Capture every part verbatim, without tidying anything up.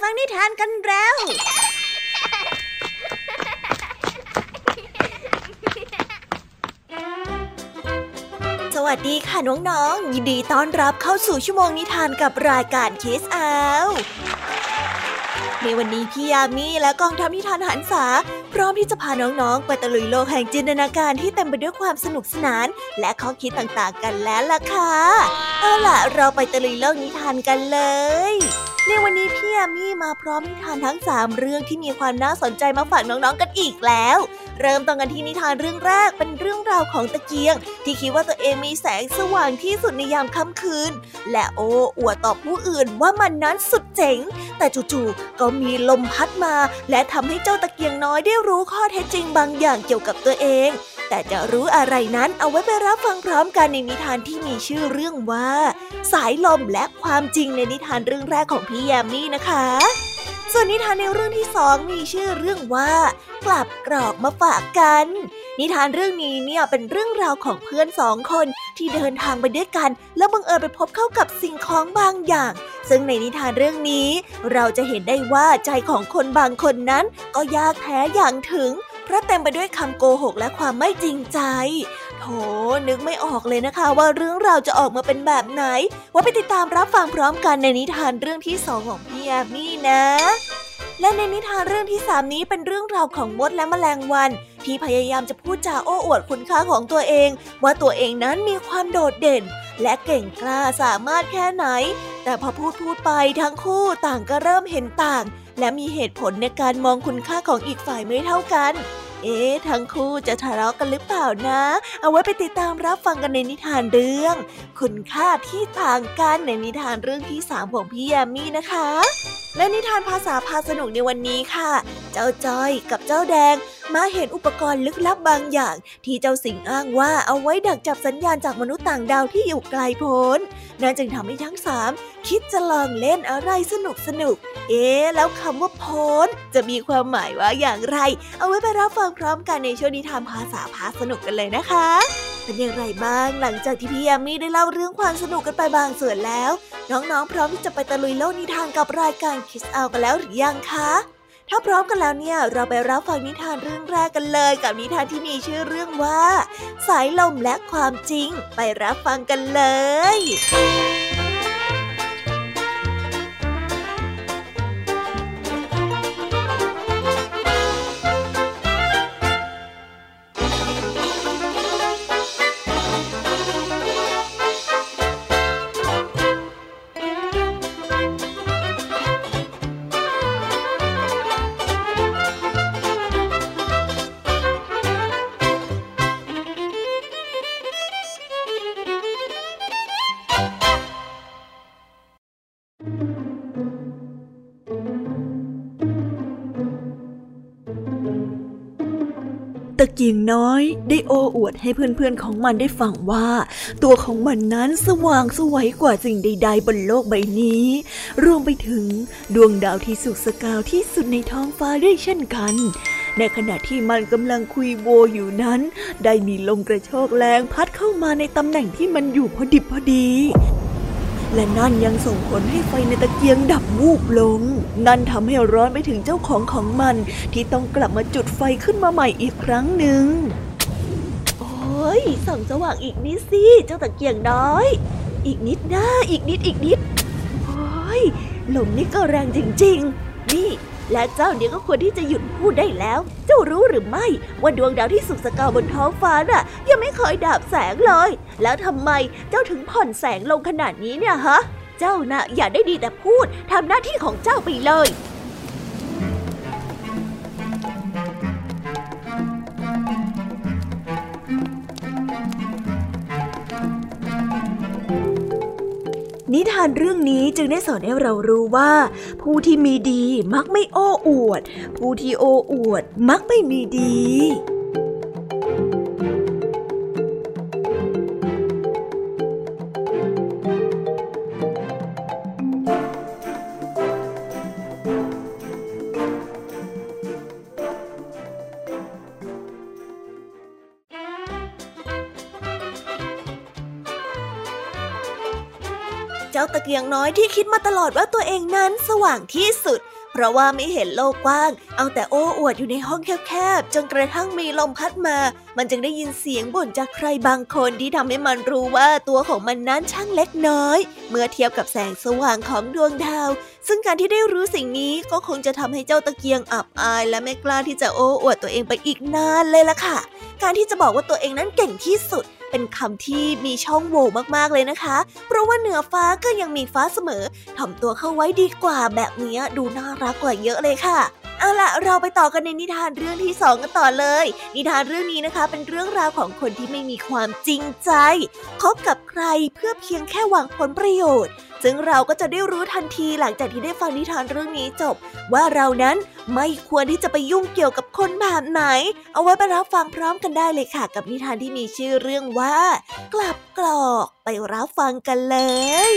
ฟังนิทานกันแล้วสวัสดีค่ะน้องๆยินดีต้อนรับเข้าสู่ชั่วโมงนิทานกับรายการ Kids Hour ในวันนี้พี่ยามีและกองทัพนิทานหันษาพร้อมที่จะพาน้องๆไปตะลุยโลกแห่งจินตนาการที่เต็มไปด้วยความสนุกสนานและข้อคิดต่างๆกันแล้วล่ะค่ะเอาล่ะเราไปตะลุยโลกนิทานกันเลยในวันนี้พี่ยามีมาพร้อมนิทานทั้งสามเรื่องที่มีความน่าสนใจมาฝากน้องๆกันอีกแล้วเริ่มต้นกันที่นิทานเรื่องแรกเป็นเรื่องราวของตะเกียงที่คิดว่าตัวเองมีแสงสว่างที่สุดในยามค่ำคืนและโอ้อวดต่อผู้อื่นว่ามันนั้นสุดเจ๋งแต่จู่ๆก็มีลมพัดมาและทำให้เจ้าตะเกียงน้อยได้รู้ข้อเท็จจริงบางอย่างเกี่ยวกับตัวเองแต่จะรู้อะไรนั้นเอาไว้ไปรับฟังพร้อมกันในนิทานที่มีชื่อเรื่องว่าสายลมและความจริงในนิทานเรื่องแรกของพี่แยมมี่นะคะส่วนนิทานในเรื่องที่สองมีชื่อเรื่องว่ากลับกรอกมาฝากกันนิทานเรื่องนี้เนี่ยเป็นเรื่องราวของเพื่อนสองคนที่เดินทางไปด้วยกันแล้วบังเอิญไปพบเข้ากับสิ่งของบางอย่างซึ่งในนิทานเรื่องนี้เราจะเห็นได้ว่าใจของคนบางคนนั้นก็ยากแท้อย่างถึงเพราะเต็มไปด้วยคำโกหกและความไม่จริงใจโถนึกไม่ออกเลยนะคะว่าเรื่องราวจะออกมาเป็นแบบไหนว่าไปติดตามรับฟังพร้อมกันในนิทานเรื่องที่สองของพี่แอมมี่นะและในนิทานเรื่องที่สามนี้เป็นเรื่องราวของมดและแมลงวันที่พยายามจะพูดจาโอ้อวดคุณค่าของตัวเองว่าตัวเองนั้นมีความโดดเด่นและเก่งกล้าสามารถแค่ไหนแต่พอพูดพูดไปทั้งคู่ต่างก็เริ่มเห็นต่างและมีเหตุผลในการมองคุณค่าของอีกฝ่ายไม่เท่ากันเอ๊ะทั้งคู่จะทะเลาะกันหรือเปล่านะเอาไว้ไปติดตามรับฟังกันในนิทานเรื่องคุณค่าที่ต่างกันในนิทานเรื่องที่สามของพี่แยมมี่นะคะและนิทานภาษาพาสนุกในวันนี้ค่ะเจ้าจ้อยกับเจ้าแดงมาเห็นอุปกรณ์ลึกลับบางอย่างที่เจ้าสิงอ้างว่าเอาไว้ดักจับสัญญาณจากมนุษย์ต่างดาวที่อยู่ไกลโพ้นนั่นจึงทำให้ทั้งสามคิดจะลองเล่นอะไรสนุกสนุกเอ๊ะแล้วคำว่าโพ้นจะมีความหมายว่าอย่างไรเอาไว้ไปรับฟังพร้อมกันในช่วงนิทานภาษาพาสนุกกันเลยนะคะเป็นอย่างไรบ้างหลังจากที่พี่แอมมี่ได้เล่าเรื่องความสนุกกันไปบางส่วนแล้วน้องๆพร้อมที่จะไปตะลุยโลกนิทานกับรายการ Kids Hour กันแล้วหรือยังคะถ้าพร้อมกันแล้วเนี่ยเราไปรับฟังนิทานเรื่องแรกกันเลยกับนิทานที่มีชื่อเรื่องว่าสายลมและความจริงไปรับฟังกันเลยตะเกียงน้อยได้โอ้อวดให้เพื่อนๆของมันได้ฟังว่าตัวของมันนั้นสว่างไสวกว่าสิ่งใดๆบนโลกใบนี้รวมไปถึงดวงดาวที่สุกสกาวที่สุดในท้องฟ้าด้วยเช่นกันในขณะที่มันกำลังคุยโวอยู่นั้นได้มีลมกระโชกแรงพัดเข้ามาในตำแหน่งที่มันอยู่พอดิบพอดีและนั่นยังส่งผลให้ไฟในตะเกียงดับวูบลงนั่นทำให้ร้อนไปถึงเจ้าของของมันที่ต้องกลับมาจุดไฟขึ้นมาใหม่อีกครั้งหนึ่งโอ้ยส่องสว่างอีกนิดสิเจ้าตะเกียงน้อยอีกนิดนะอีกนิดอีกนิดโอ้ยลมนี่ก็แรงจริงๆนี่และเจ้าเนี่ยก็ควรที่จะหยุดพูดได้แล้วเจ้ารู้หรือไม่ว่าดวงดาวที่สุกสกาวบนท้องฟ้าน่ะยังไม่เคยดับแสงเลยแล้วทำไมเจ้าถึงผ่อนแสงลงขนาดนี้เนี่ยฮะเจ้าน่ะอย่าได้ดีแต่พูดทำหน้าที่ของเจ้าไปเลยนิทานเรื่องนี้จึงได้สอนให้เรารู้ว่าผู้ที่มีดีมักไม่โอ้อวดผู้ที่โอ้อวดมักไม่มีดี เจ้าตะเกียงน้อยที่คิดมาตลอดว่าตัวเองนั้นสว่างที่สุดเพราะว่าไม่เห็นโลกกว้างเอาแต่โอ้อวดอยู่ในห้องแคบๆจนกระทั่งมีลมพัดมามันจึงได้ยินเสียงบ่นจากใครบางคนที่ทำให้มันรู้ว่าตัวของมันนั้นช่างเล็กน้อยเมื่อเทียบกับแสงสว่างของดวงดาวซึ่งการที่ได้รู้สิ่งนี้ก็คงจะทำให้เจ้าตะเกียงอับอายและไม่กล้าที่จะโอ้อวดตัวเองไปอีกนานเลยล่ะค่ะการที่จะบอกว่าตัวเองนั้นเก่งที่สุดเป็นคำที่มีช่องโหว่มากๆเลยนะคะเพราะว่าเหนือฟ้าก็ยังมีฟ้าเสมอถ่อมตัวเข้าไว้ดีกว่าแบบนี้ดูน่ารักกว่าเยอะเลยค่ะเอาล่ะเราไปต่อกันในนิทานเรื่องที่สองกันต่อเลยนิทานเรื่องนี้นะคะเป็นเรื่องราวของคนที่ไม่มีความจริงใจคบกับใครเพื่อเพียงแค่หวังผลประโยชน์ซึ่งเราก็จะได้รู้ทันทีหลังจากที่ได้ฟังนิทานเรื่องนี้จบว่าเรานั้นไม่ควรที่จะไปยุ่งเกี่ยวกับคนแบบไหนเอาไว้ไปรับฟังพร้อมกันได้เลยค่ะกับนิทานที่มีชื่อเรื่องว่ากลับกรอกไปรับฟังกันเลย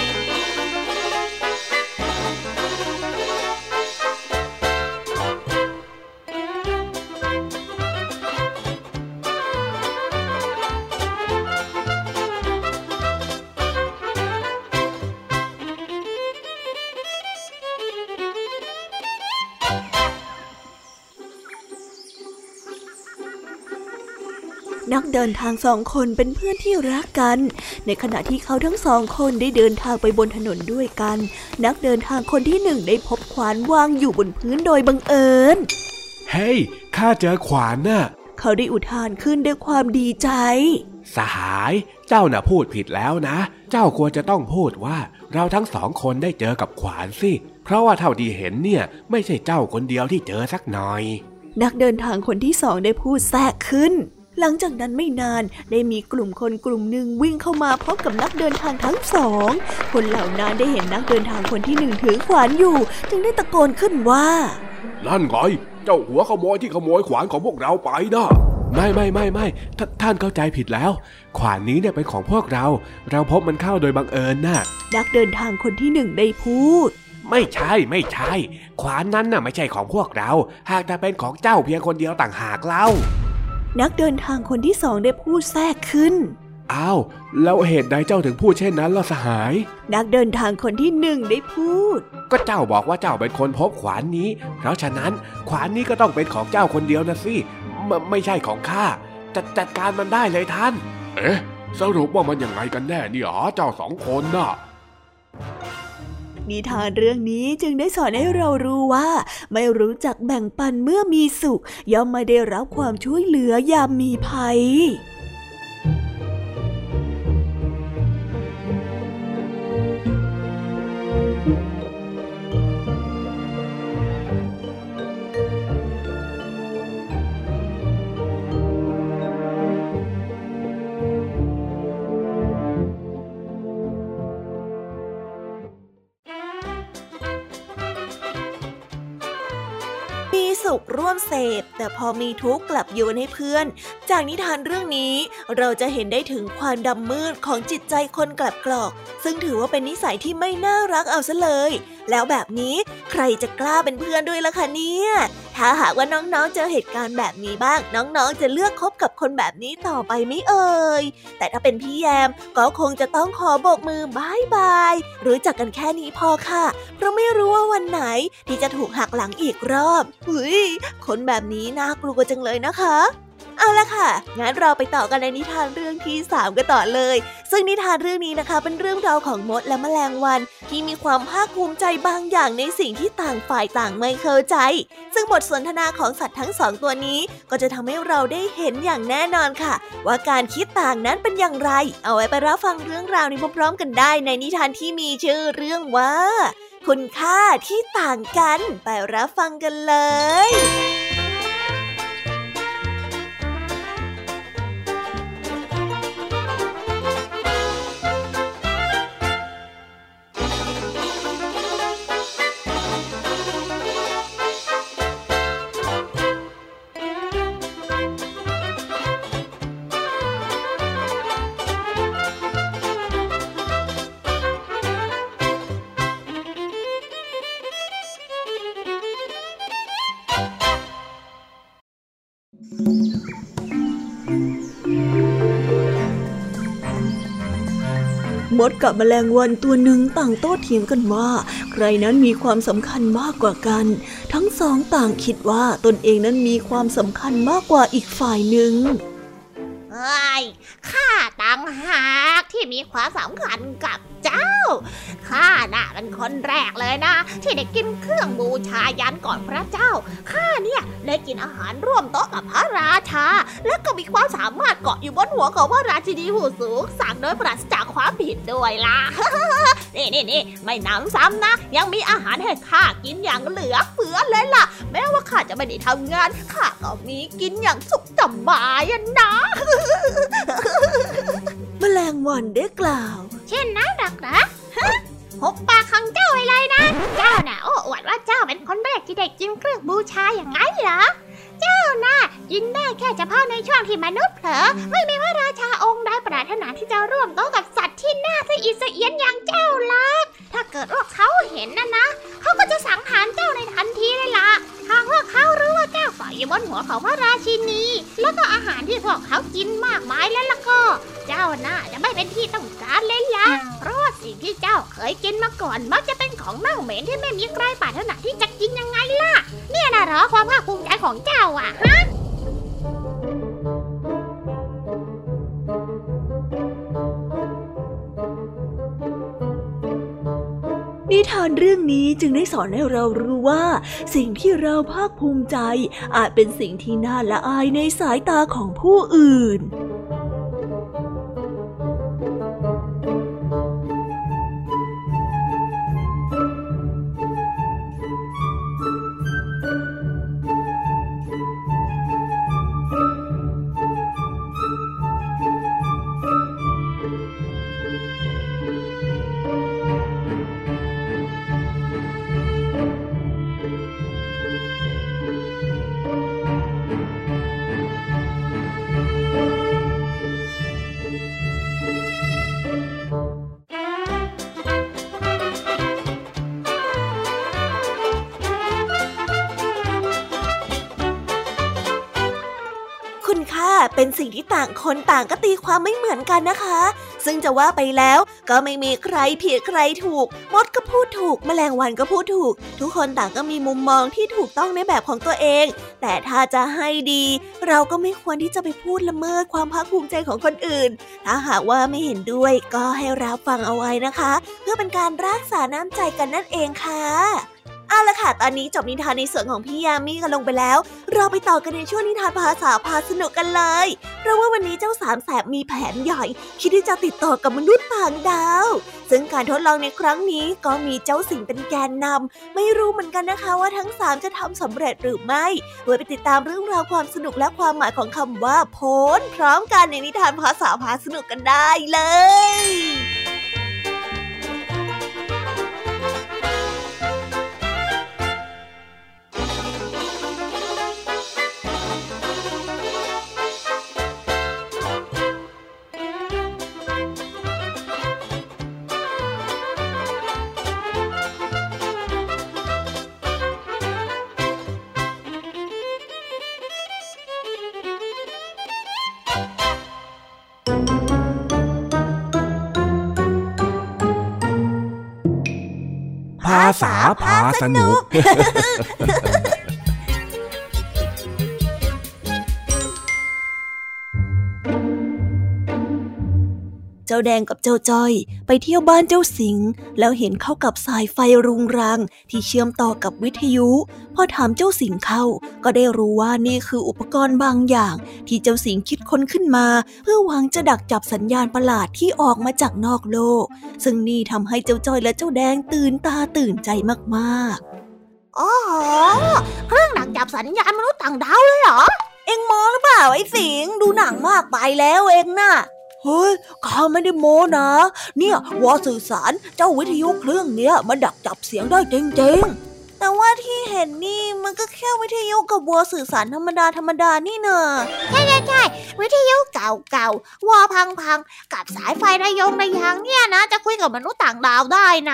นักเดินทางสองคนเป็นเพื่อนที่รักกันในขณะที่เขาทั้งสองคนได้เดินทางไปบนถนนด้วยกันนักเดินทางคนที่หนึ่งได้พบขวานวางอยู่บนพื้นโดยบังเอิญเฮ้ย hey, ข้าเจอขวานน่ะเขาได้อุทานขึ้นด้วยความดีใจสหายเจ้าน่ะพูดผิดแล้วนะเจ้าควรจะต้องพูดว่าเราทั้งสองคนได้เจอกับขวานสิเพราะว่าเท่าที่เห็นเนี่ยไม่ใช่เจ้าคนเดียวที่เจอสักหน่อยนักเดินทางคนที่สองได้พูดแทรกขึ้นหลังจากนั้นไม่นานได้มีกลุ่มคนกลุ่มหนึ่งวิ่งเข้ามาพบกับนักเดินทางทั้งสองคนเหล่านั้นได้เห็นนักเดินทางคนที่หนึ่งถือขวานอยู่จึงได้ตะโกนขึ้นว่านั่นไงเจ้าหัวขโมยที่ขโมยขวานของพวกเราไปนะไม่ไม่ไม่ไม่ทท่านเข้าใจผิดแล้วขวานนี้เนี่ยเป็นของพวกเราเราพบมันเข้าโดยบังเอิญน่ะนักเดินทางคนที่หนึ่งได้พูดไม่ใช่ไม่ใช่ขวานนั้นน่ะไม่ใช่ของพวกเราหากแต่เป็นของเจ้าเพียงคนเดียวต่างหากเล่านักเดินทางคนที่สองได้พูดแทรกขึ้นอ้าวแล้วเหตุใดเจ้าถึงพูดเช่นนั้นล่ะสหายนักเดินทางคนที่หนึ่งได้พูดก็เจ้าบอกว่าเจ้าเป็นคนพบขวานนี้เพราะฉะนั้นขวานนี้ก็ต้องเป็นของเจ้าคนเดียวนะสิไม่ไม่ใช่ของข้าจัดจัดการมันได้เลยท่านเอ๊ะสรุปว่ามันยังไงกันแน่นี่อ๋อเจ้าสองคนน่ะนิทานเรื่องนี้จึงได้สอนให้เรารู้ว่าไม่รู้จักแบ่งปันเมื่อมีสุขย่อมไม่ได้รับความช่วยเหลือยามมีภัย สุขร่วมเสพแต่พอมีทุกข์กลับโยนให้เพื่อนจากนิทานเรื่องนี้เราจะเห็นได้ถึงความดำมืดของจิตใจคนกลับกรอกซึ่งถือว่าเป็นนิสัยที่ไม่น่ารักเอาซะเลยแล้วแบบนี้ใครจะกล้าเป็นเพื่อนด้วยล่ะคะเนี่ยถ้าหากว่าน้องๆเจอเหตุการณ์แบบนี้บ้างน้องๆจะเลือกคบกับคนแบบนี้ต่อไปไหมเอ่ยแต่ถ้าเป็นพี่แยมก็คงจะต้องขอโบกมือบายบายรู้จักกันแค่นี้พอค่ะเพราะไม่รู้ว่าวันไหนที่จะถูกหักหลังอีกรอบเฮ้ยคนแบบนี้น่ากลัวจังเลยนะคะเอาล่ะค่ะงั้นเราไปต่อกันในนิทานเรื่องที่สามกันต่อเลยซึ่งนิทานเรื่องนี้นะคะเป็นเรื่องราวของมดและแมลงวันที่มีความภาคภูมิใจบางอย่างในสิ่งที่ต่างฝ่ายต่างไม่เข้าใจซึ่งบทสนทนาของสัตว์ทั้งสองตัวนี้ก็จะทำให้เราได้เห็นอย่างแน่นอนค่ะว่าการคิดต่างนั้นเป็นอย่างไรเอาไว้ไปรับฟังเรื่องราวนี้พร้อมๆกันได้ในนิทานที่มีชื่อเรื่องว่าคุณค่าที่ต่างกันไปรับฟังกันเลยมดกับแมลงวันตัวหนึ่งต่างโต้เถียงกันว่าใครนั้นมีความสำคัญมากกว่ากันทั้งสองต่างคิดว่าตนเองนั้นมีความสำคัญมากกว่าอีกฝ่ายหนึ่งเอ้ยข้าต่างหากที่มีความสำคัญกับเจ้าข้าน่ะเป็นคนแรกเลยนะที่ได้กินเครื่องบูชายันก่อนพระเจ้าข้าเนี่ยได้กินอาหารร่วมโต๊ะกับพระราชาและก็มีความสามารถเกาะอยู่บนหัวของพระราชินีผู้สูงสั่งโดยปราศจากความผิดด้วยล่ะ นี่นี่นี่ไม่นำซ้ำนะยังมีอาหารให้ข้ากินอย่างเหลือเฟือเลยล่ะแม้ว่าข้าจะไม่ได้ทำงานข้าก็มีกินอย่างสุขสบายนะแมลงวันได้กล่าวเช่นนั้นหรอกนะหุบปากของเจ้าไว้เลยนะเจ้าน่ะโอ้อวดว่าเจ้าเป็นคนแรกที่ได้กินเครื่องบูชาอย่างนั้นเหรอเจ้าน่ะกินได้แค่เฉพาะในช่วงที่มนุษย์เผลอไม่มีพระราชาองค์ใดปรารถนาที่จะร่วมโต๊ะกับสัตว์ที่น่าสะอิดสะเอียนอย่างเจ้าหรอกถ้าเกิดว่าเขาเห็นนะนะเขาก็จะสังหารเจ้าในทันทีเลยล่ะหากว่าเขารู้ว่าเจ้าเกาะอยู่บนหัวของพระราชินีแล้วก็อาหารที่พวกเขากินมากมายแล้วล่ะก็เจ้าน่ะจะไม่เป็นที่ต้องการเลยล่ะเพราะว่าสิ่งที่เจ้าเคยกินมาก่อนมักจะเป็นของเน่าเหม็นที่ไม่มีใครปรารถนาที่จะกินยังไงล่ะเนี่ยนะเหรอความภาคภูมิใจของเจ้าอ่ะฮะนิทานเรื่องนี้จึงได้สอนให้เรารู้ว่าสิ่งที่เราภาคภูมิใจอาจเป็นสิ่งที่น่าละอายในสายตาของผู้อื่นเป็นสิ่งที่ต่างคนต่างก็ตีความไม่เหมือนกันนะคะซึ่งจะว่าไปแล้วก็ไม่มีใครผิดใครถูกมดก็พูดถูกแมลงวันก็พูดถูกทุกคนต่างก็มีมุมมองที่ถูกต้องในแบบของตัวเองแต่ถ้าจะให้ดีเราก็ไม่ควรที่จะไปพูดละเมิดความภาคภูมิใจของคนอื่นถ้าหากว่าไม่เห็นด้วยก็ให้รับฟังเอาไว้นะคะเพื่อเป็นการรักษาน้ำใจกันนั่นเองค่ะเอาล่ะค่ะตอนนี้จบนิทานในส่วนของพี่ยามีกันลงไปแล้วเราไปต่อกันในช่วงนิทานภาษาพาสนุกกันเลยเพราะว่าวันนี้เจ้าสามแสบมีแผนใหญ่คิดที่จะติดต่อกับมนุษย์ต่างดาวซึ่งการทดลองในครั้งนี้ก็มีเจ้าสิงเป็นแกนนำไม่รู้เหมือนกันนะคะว่าทั้งสามจะทำสำเร็จหรือไม่ไว้ไปติดตามเรื่องราวความสนุกและความหมายของคำว่าโพ้นพร้อมกันในนิทานภาษาพาสนุกกันได้เลยภาษาพาสนุกเจ้าแดงกับเจ้าจ้อยไปเที่ยวบ้านเจ้าสิงแล้วเห็นเข้ากับสายไฟรุงรังที่เชื่อมต่อกับวิทยุพอถามเจ้าสิงเข้าก็ได้รู้ว่านี่คืออุปกรณ์บางอย่างที่เจ้าสิงคิดค้นขึ้นมาเพื่อหวังจะดักจับสัญญาณประหลาดที่ออกมาจากนอกโลกซึ่งนี่ทำให้เจ้าจ้อยและเจ้าแดงตื่นตาตื่นใจมากๆอ๋อเครื่องดักจับสัญญาณมนุษย์ต่างดาวเลยเหรอเอ็งมองหรือเปล่าไอ้สิงดูหนังมากไปแล้วเอ็งน่ะเฮ้ยข้าไม่ได้โม้นะเนี่ยวอสื่อสารเจ้าวิทยุเครื่องเนี้ยมันดักจับเสียงได้จริงๆแต่ว่าที่เห็นนี่มันก็แค่วิทยุกับวอสื่อสารธรรมดาธรรมดานี่เนอะใช่ใช่ใช่วิทยุเก่าๆวอพังๆกับสายไฟระยงระยางเนี่ยนะจะคุยกับมนุษย์ต่างดาวได้น่ะ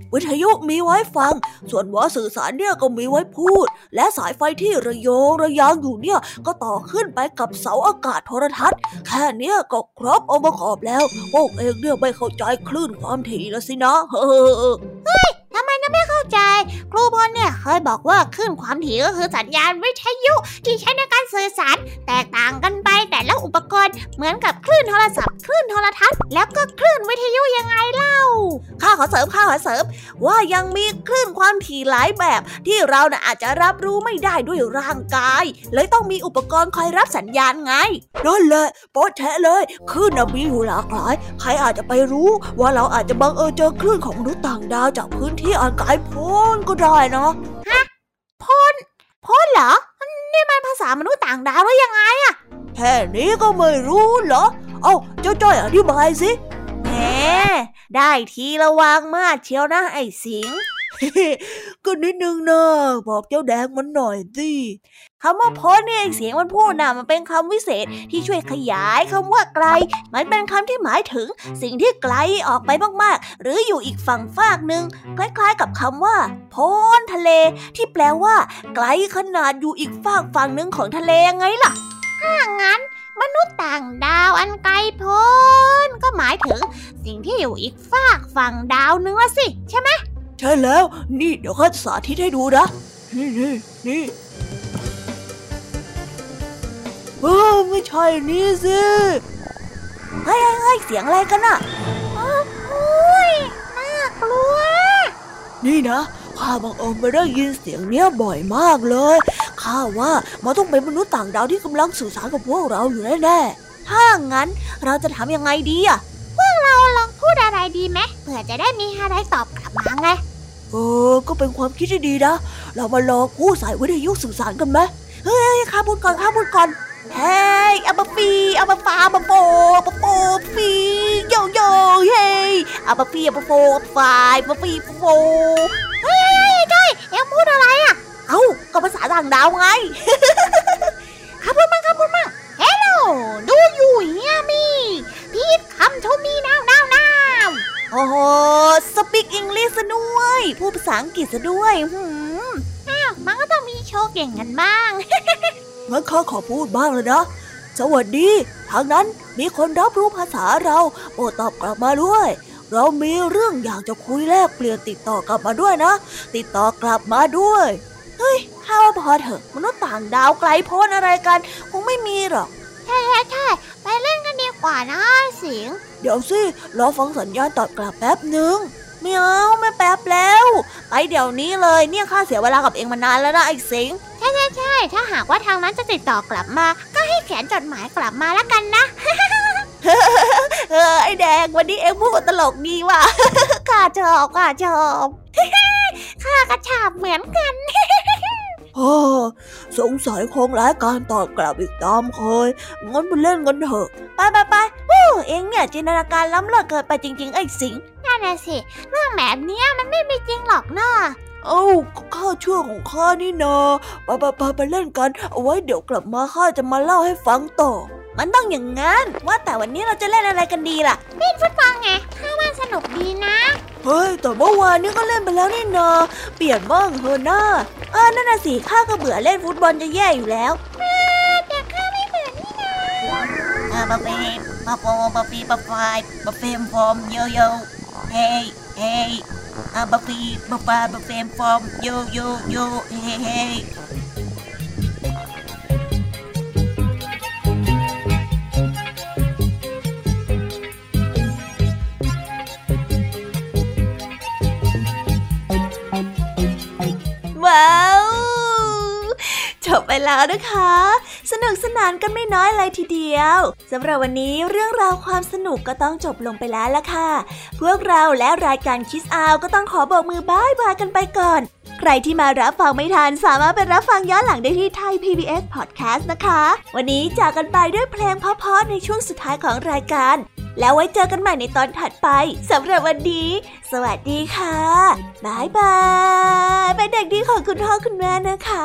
วิทยุมีไว้ฟังส่วนหม้อสื่อสารเนี่ยก็มีไว้พูดและสายไฟที่ระโยงระยางอยู่เนี่ยก็ต่อขึ้นไปกับเสาอากาศโทรทัศน์แค่เนี้ยก็ครบองค์ประกอบแล้วพวกเองเนี่ยไม่เข้าใจคลื่นความถี่แล้วสินะเฮ้ยทำไมนะไม่เข้าใจครูพลเนี่ยเคยบอกว่าคลื่นความถี่ก็คือสัญญาณวิทยุที่ใช้ในการสื่อสารแตกต่างกันไปแต่ละอุปกรณ์เหมือนกับคลื่นโทรศัพท์คลื่นโทรทัศน์แล้วก็คลื่นวิทยุยังไงเล่าข้าขอเสริมข้าขอเสริมว่ายังมีคลื่นความถี่หลายแบบที่เราน่ะอาจจะรับรู้ไม่ได้ด้วยร่างกายเลยต้องมีอุปกรณ์คอยรับสัญญาณไงนั่นแหละโป๊ะแชะเลยคลื่นน่ะมีอยู่หลากหลายใครอาจจะไปรู้ว่าเราอาจจะบังเอิญเจอคลื่นของมนุษย์ต่างดาวจากพื้นที่อันไกลโพ้นก็ได้นะฮะพ้นพ้นเหรอนี่มันภาษามนุษย์ต่างดาวหรือยังไงอะแค่นี้ก็ไม่รู้เหรอเอ้าเจ้าจ้อยอธิบายสิแหมได้ทีระวังมากเชียวนะไอ้สิงก็นิดนึงนะบอกเจ้าแดงมันหน่อยสิคำว่าพ้นเนี่ยเสียงมันพูดน่ะมันเป็นคำวิเศษที่ช่วยขยายคำว่าไกลมันเป็นคำที่หมายถึงสิ่งที่ไกลออกไปมากๆหรืออยู่อีกฝั่งฟากนึงคล้ายๆกับคำว่าพ้นทะเลที่แปลว่าไกลขนาดอยู่อีกฝากฝั่งนึงของทะเลยังไงล่ะถ้างั้นมนุษย์ต่างดาวอันไกลโพ้นก็หมายถึงสิ่งที่อยู่อีกฝากฝั่งดาวนึงละสิใช่ไหมใช่แล้วนี่เดี๋ยวข้าสาธิตให้ดูนะนี่นี่นี่เออไม่ใช่นี่สิเฮ้ยเฮ้ยเสียงอะไรกันน่ะโอ้ยน่ากลัวนี่นะข้าบังเอิญไปได้ยินเสียงเนี้ยบ่อยมากเลยข้าว่ามันต้องเป็นมนุษย์ต่างดาวที่กำลังสื่อสารกับพวกเราอยู่แน่ๆถ้างั้นเราจะทำยังไงดีอ่ะพวกเราลองพูดอะไรดีไหมเผื่อจะได้มีอะไรตอบกลับมาไงเออก็เป็นความคิดที่ดีนะเรามาลองพูดสายวิทยุสื่อสารกันไหมเฮ้ยข้าพูดก่อนข้าพูดก่อนเฮ้ยอัปปีอัปฟ้าอัปโปอัปโปปีโยโย่เฮ้ยอัปปีอัปโปอัปฟายอัปปีอัปโปเฮ้ยได้เอ็งพูดอะไรอ่ะเอ้าก็ภาษาต่างดาวไงข้าพูดมั่งข้าพูดมั่ง Hello do you hear me please come to me now now now โอ้โห speak English ซะด้วยพูดภาษาอังกฤษซะด้วยหืมอ้าวมันก็ต้องมีโชว์เก่งกันบ้างงั้นข้าขอพูดบ้างเลยนะสวัสดีทางนั้นมีคนรับรู้ภาษาเราโปรดตอบกลับมาด้วยเรามีเรื่องอยากจะคุยแลกเปลี่ยนติดต่อกลับมาด้วยนะติดต่อกลับมาด้วยเฮ้ยข้าว่าพอเถอะมนุษย์ต่างดาวไกลโพ้นอะไรกันคงไม่มีหรอกใช่ใช่ใช่ไปเล่นกันดีกว่านะสิงเดี๋ยวสิรอฟังสัญญาณตอบกลับแป๊บนึงไม่เอาไม่แป๊บแล้วไปเดี๋ยวนี้เลยเนี่ยข้าเสียเวลากับเองมานานแล้วนะไอ้สิงใช่ใช่ใช่ถ้าหากว่าทางนั้นจะติดต่อกลับมาก็ให้เขียนจดหมายกลับมาแล้วกันนะเออไอ้แดงวันนี้เอ็งพูดตลกดีว่ะข้าชอบข้าชอบข้าก็ชอบเหมือนกันโอ้สงสัยคงรายการตอบกลับอีกตามเคยงั้นไปเล่นกันเถอะไปไปไปวู้เอ็งเนี่ยจินตนาการล้ำเลิศเกินไปจริงๆไอ้สิงนั่นน่ะสิเรื่องแบบนี้มันไม่มีจริงหรอกนะเอ้าข้าเชื่อของข้านี่นาไปไปไปไปเล่นกันเอาไว้เดี๋ยวกลับมาข้าจะมาเล่าให้ฟังต่อมันต้องอย่างงั้นว่าแต่วันนี้เราจะเล่นอะไรกันดีล่ะเล่นฟุตบอลไงข้าว่าสนุกดีนะเฮ้ยแต่เมื่อวานนี้ก็เล่นไปแล้วนี่นาเปลี่ยนบ้างเถอะนะเออนั่นน่ะสิข้าก็เบื่อเล่นฟุตบอลจะแย่อยู่แล้วแต่ข้าไม่เบื่อนี่นะอ่าบาเฟ่บาโปบาฟีบาไฟบาเฟมฟอร์มโยโย่เฮ้ยเฮ้ยอ่าบาฟีบาฟาบาเฟมฟอร์มโยโย่โยเฮ้เฮ้ว้าวจบไปแล้วนะคะสนุกสนานกันไม่น้อยเลยทีเดียวสำหรับวันนี้เรื่องราวความสนุกก็ต้องจบลงไปแล้วล่ะค่ะพวกเราและรายการคิสอาวก็ต้องขอบอกมือบ๊ายบายกันไปก่อนใครที่มารับฟังไม่ทันสามารถไปรับฟังย้อนหลังได้ที่ไทย พี บี เอส Podcast นะคะวันนี้จากกันไปด้วยเพลงเพราะๆในช่วงสุดท้ายของรายการแล้วไว้เจอกันใหม่ในตอนถัดไปสำหรับวันนี้สวัสดีค่ะบ๊ายบายเป็นเด็กดีของคุณพ่อคุณแม่นะคะ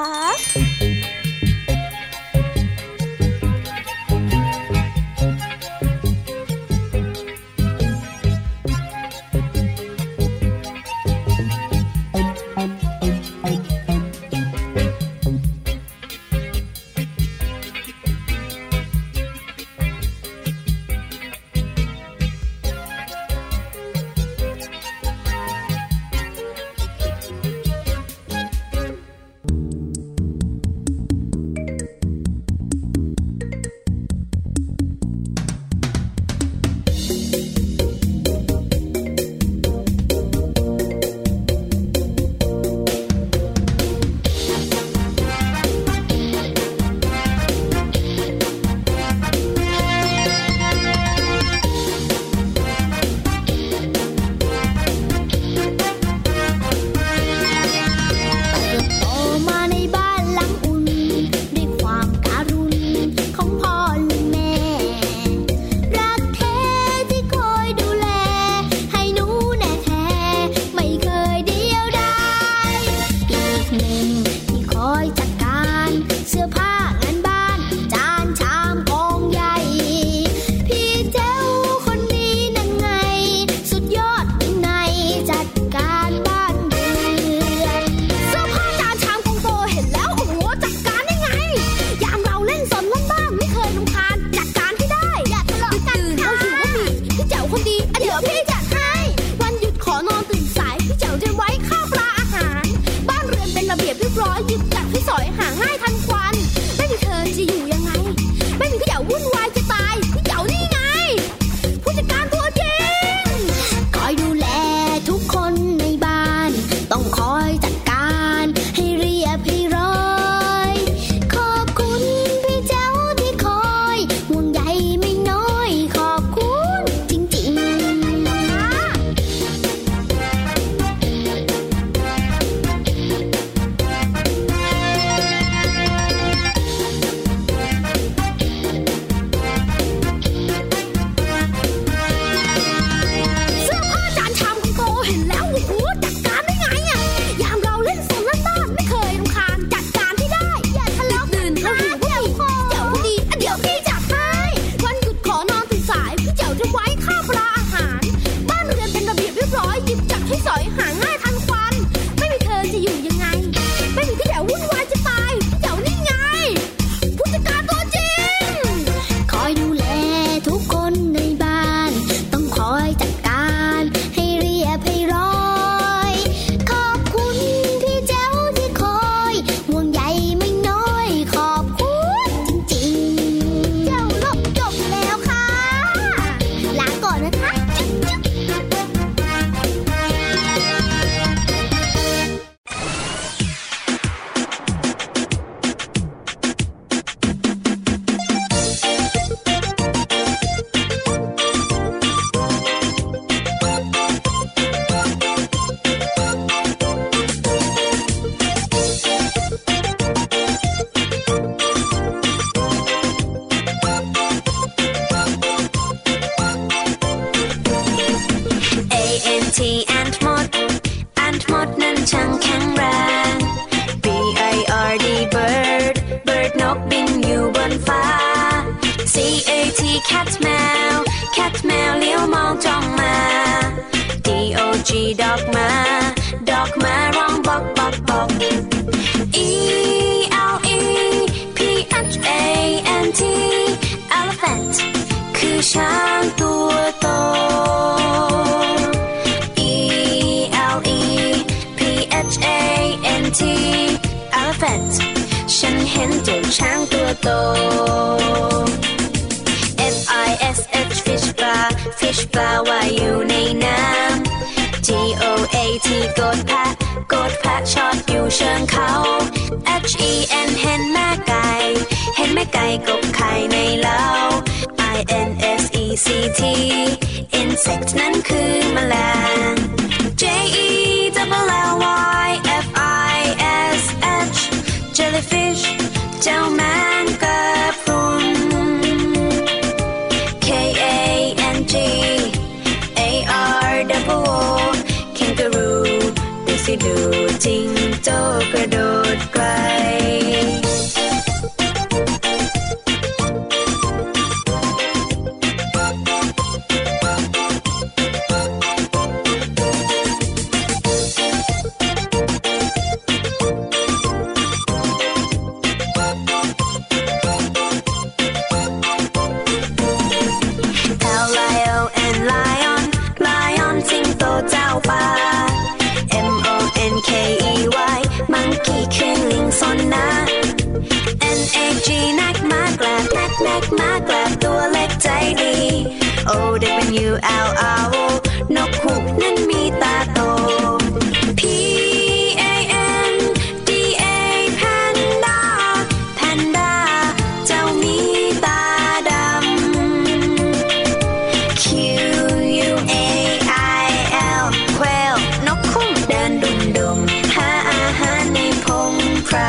ช่างแข็งแรง B I R D bird bird นกบินอยู่บนฟ้า C A T cat แมว cat แมวเลี้ยวมองจ้องมา D O G dog มา dog มาร้องบอกบอกบอก E L E P H A N T elephant คือช้างตัวโต E L E P H A N T elephant ฉันเห็นเจ้าช้างตัวโต F I S H fish ปลา fish ปลาว่ายอยู่ในน้ำ G O A T โกดแพะโกดแพะชอดอยู่เชิงเขา H E N เห็นแม่ไก่เห็นแม่ไก่กบไข่ในเล้า I N S E C T insect นั้นคือแมลง J E L L Y F I S H jellyfish เจ้าแมงกะพรุน K A N G A R O O kangaroo ดูสิดูจิงโจ้กระโดดไกลO W L R O นกฮูกนั้นมีตาโต P A N D A Panda Panda เจ้ามีตาดำ Q U A I L Quail นกคุ้มเดินดุ่มดุ่มหาอาหารในพงไพร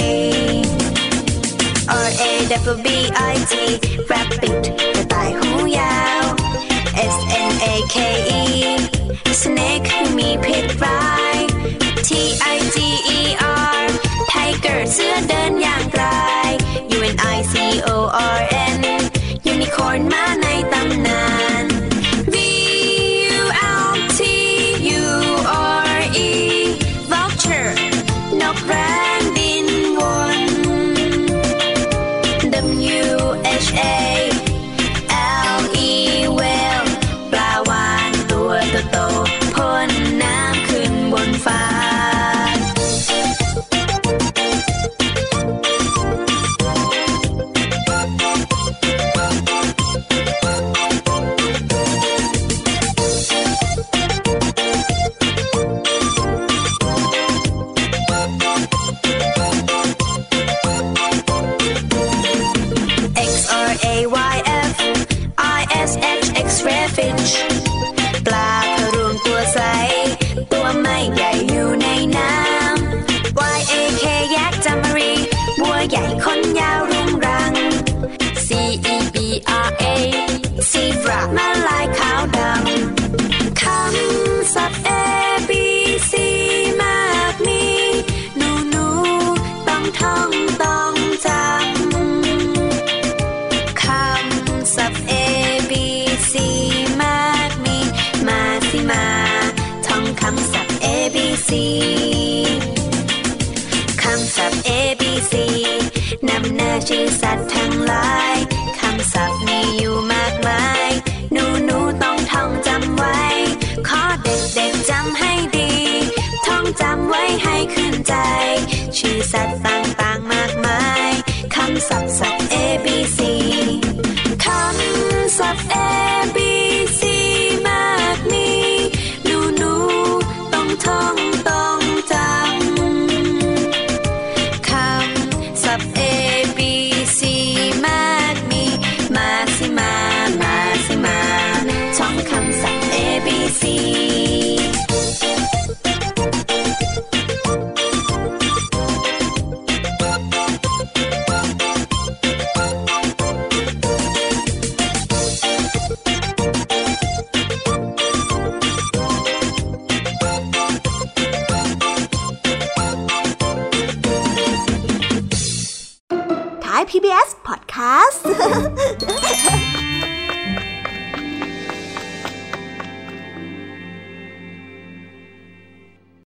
R A W B I T Rabbit กระต่ายหูยาว S N A K E Snake มีพิษร้าย T I G E R Tiger เสือเดินอย่างไกล U N I C O R N Unicorn ม้าในตำนาน V U L T U R E Vulture นกแร้งบินวน W H A L E Whale ปลาวาฬตัวโตๆพ่นน้ำขึ้นบนฟ้า X R A Y F I S H X-ray fish ปลาพะรวงตัวใสตัวไม่ใหญ่อยู่ในน้ำ Y A K Yak Jamari บัวใหญ่ขนยาวรุงรัง C E B R A Zebra แม่ลายขาวดำคำศัพท์ A B C มากมีหนูหนูต้องท่องต้องจำคำศัพท์ A B C มากมีมาสิมาท่องคำศัพท์ A B C คำศัพท์ A B C นำหน้าชื่อสัตว์ทั้งหลายคำศัพท์มีอยู่มากมายหนูหนูต้องท่องจำไว้ขอเด็กๆจำให้ดีท่องจำไว้ให้ขึ้นใจชื่อสัตว์ต่างๆมากมายคำศัพท์ศัพท์ A B C คำศัพท์ A B C มากมีหนูหนูต้องท่องต้องจำคำศัพท์ A B C มากมีมาสิมามาสิมาท่องคำศัพท์ A B C พี บี เอส Podcast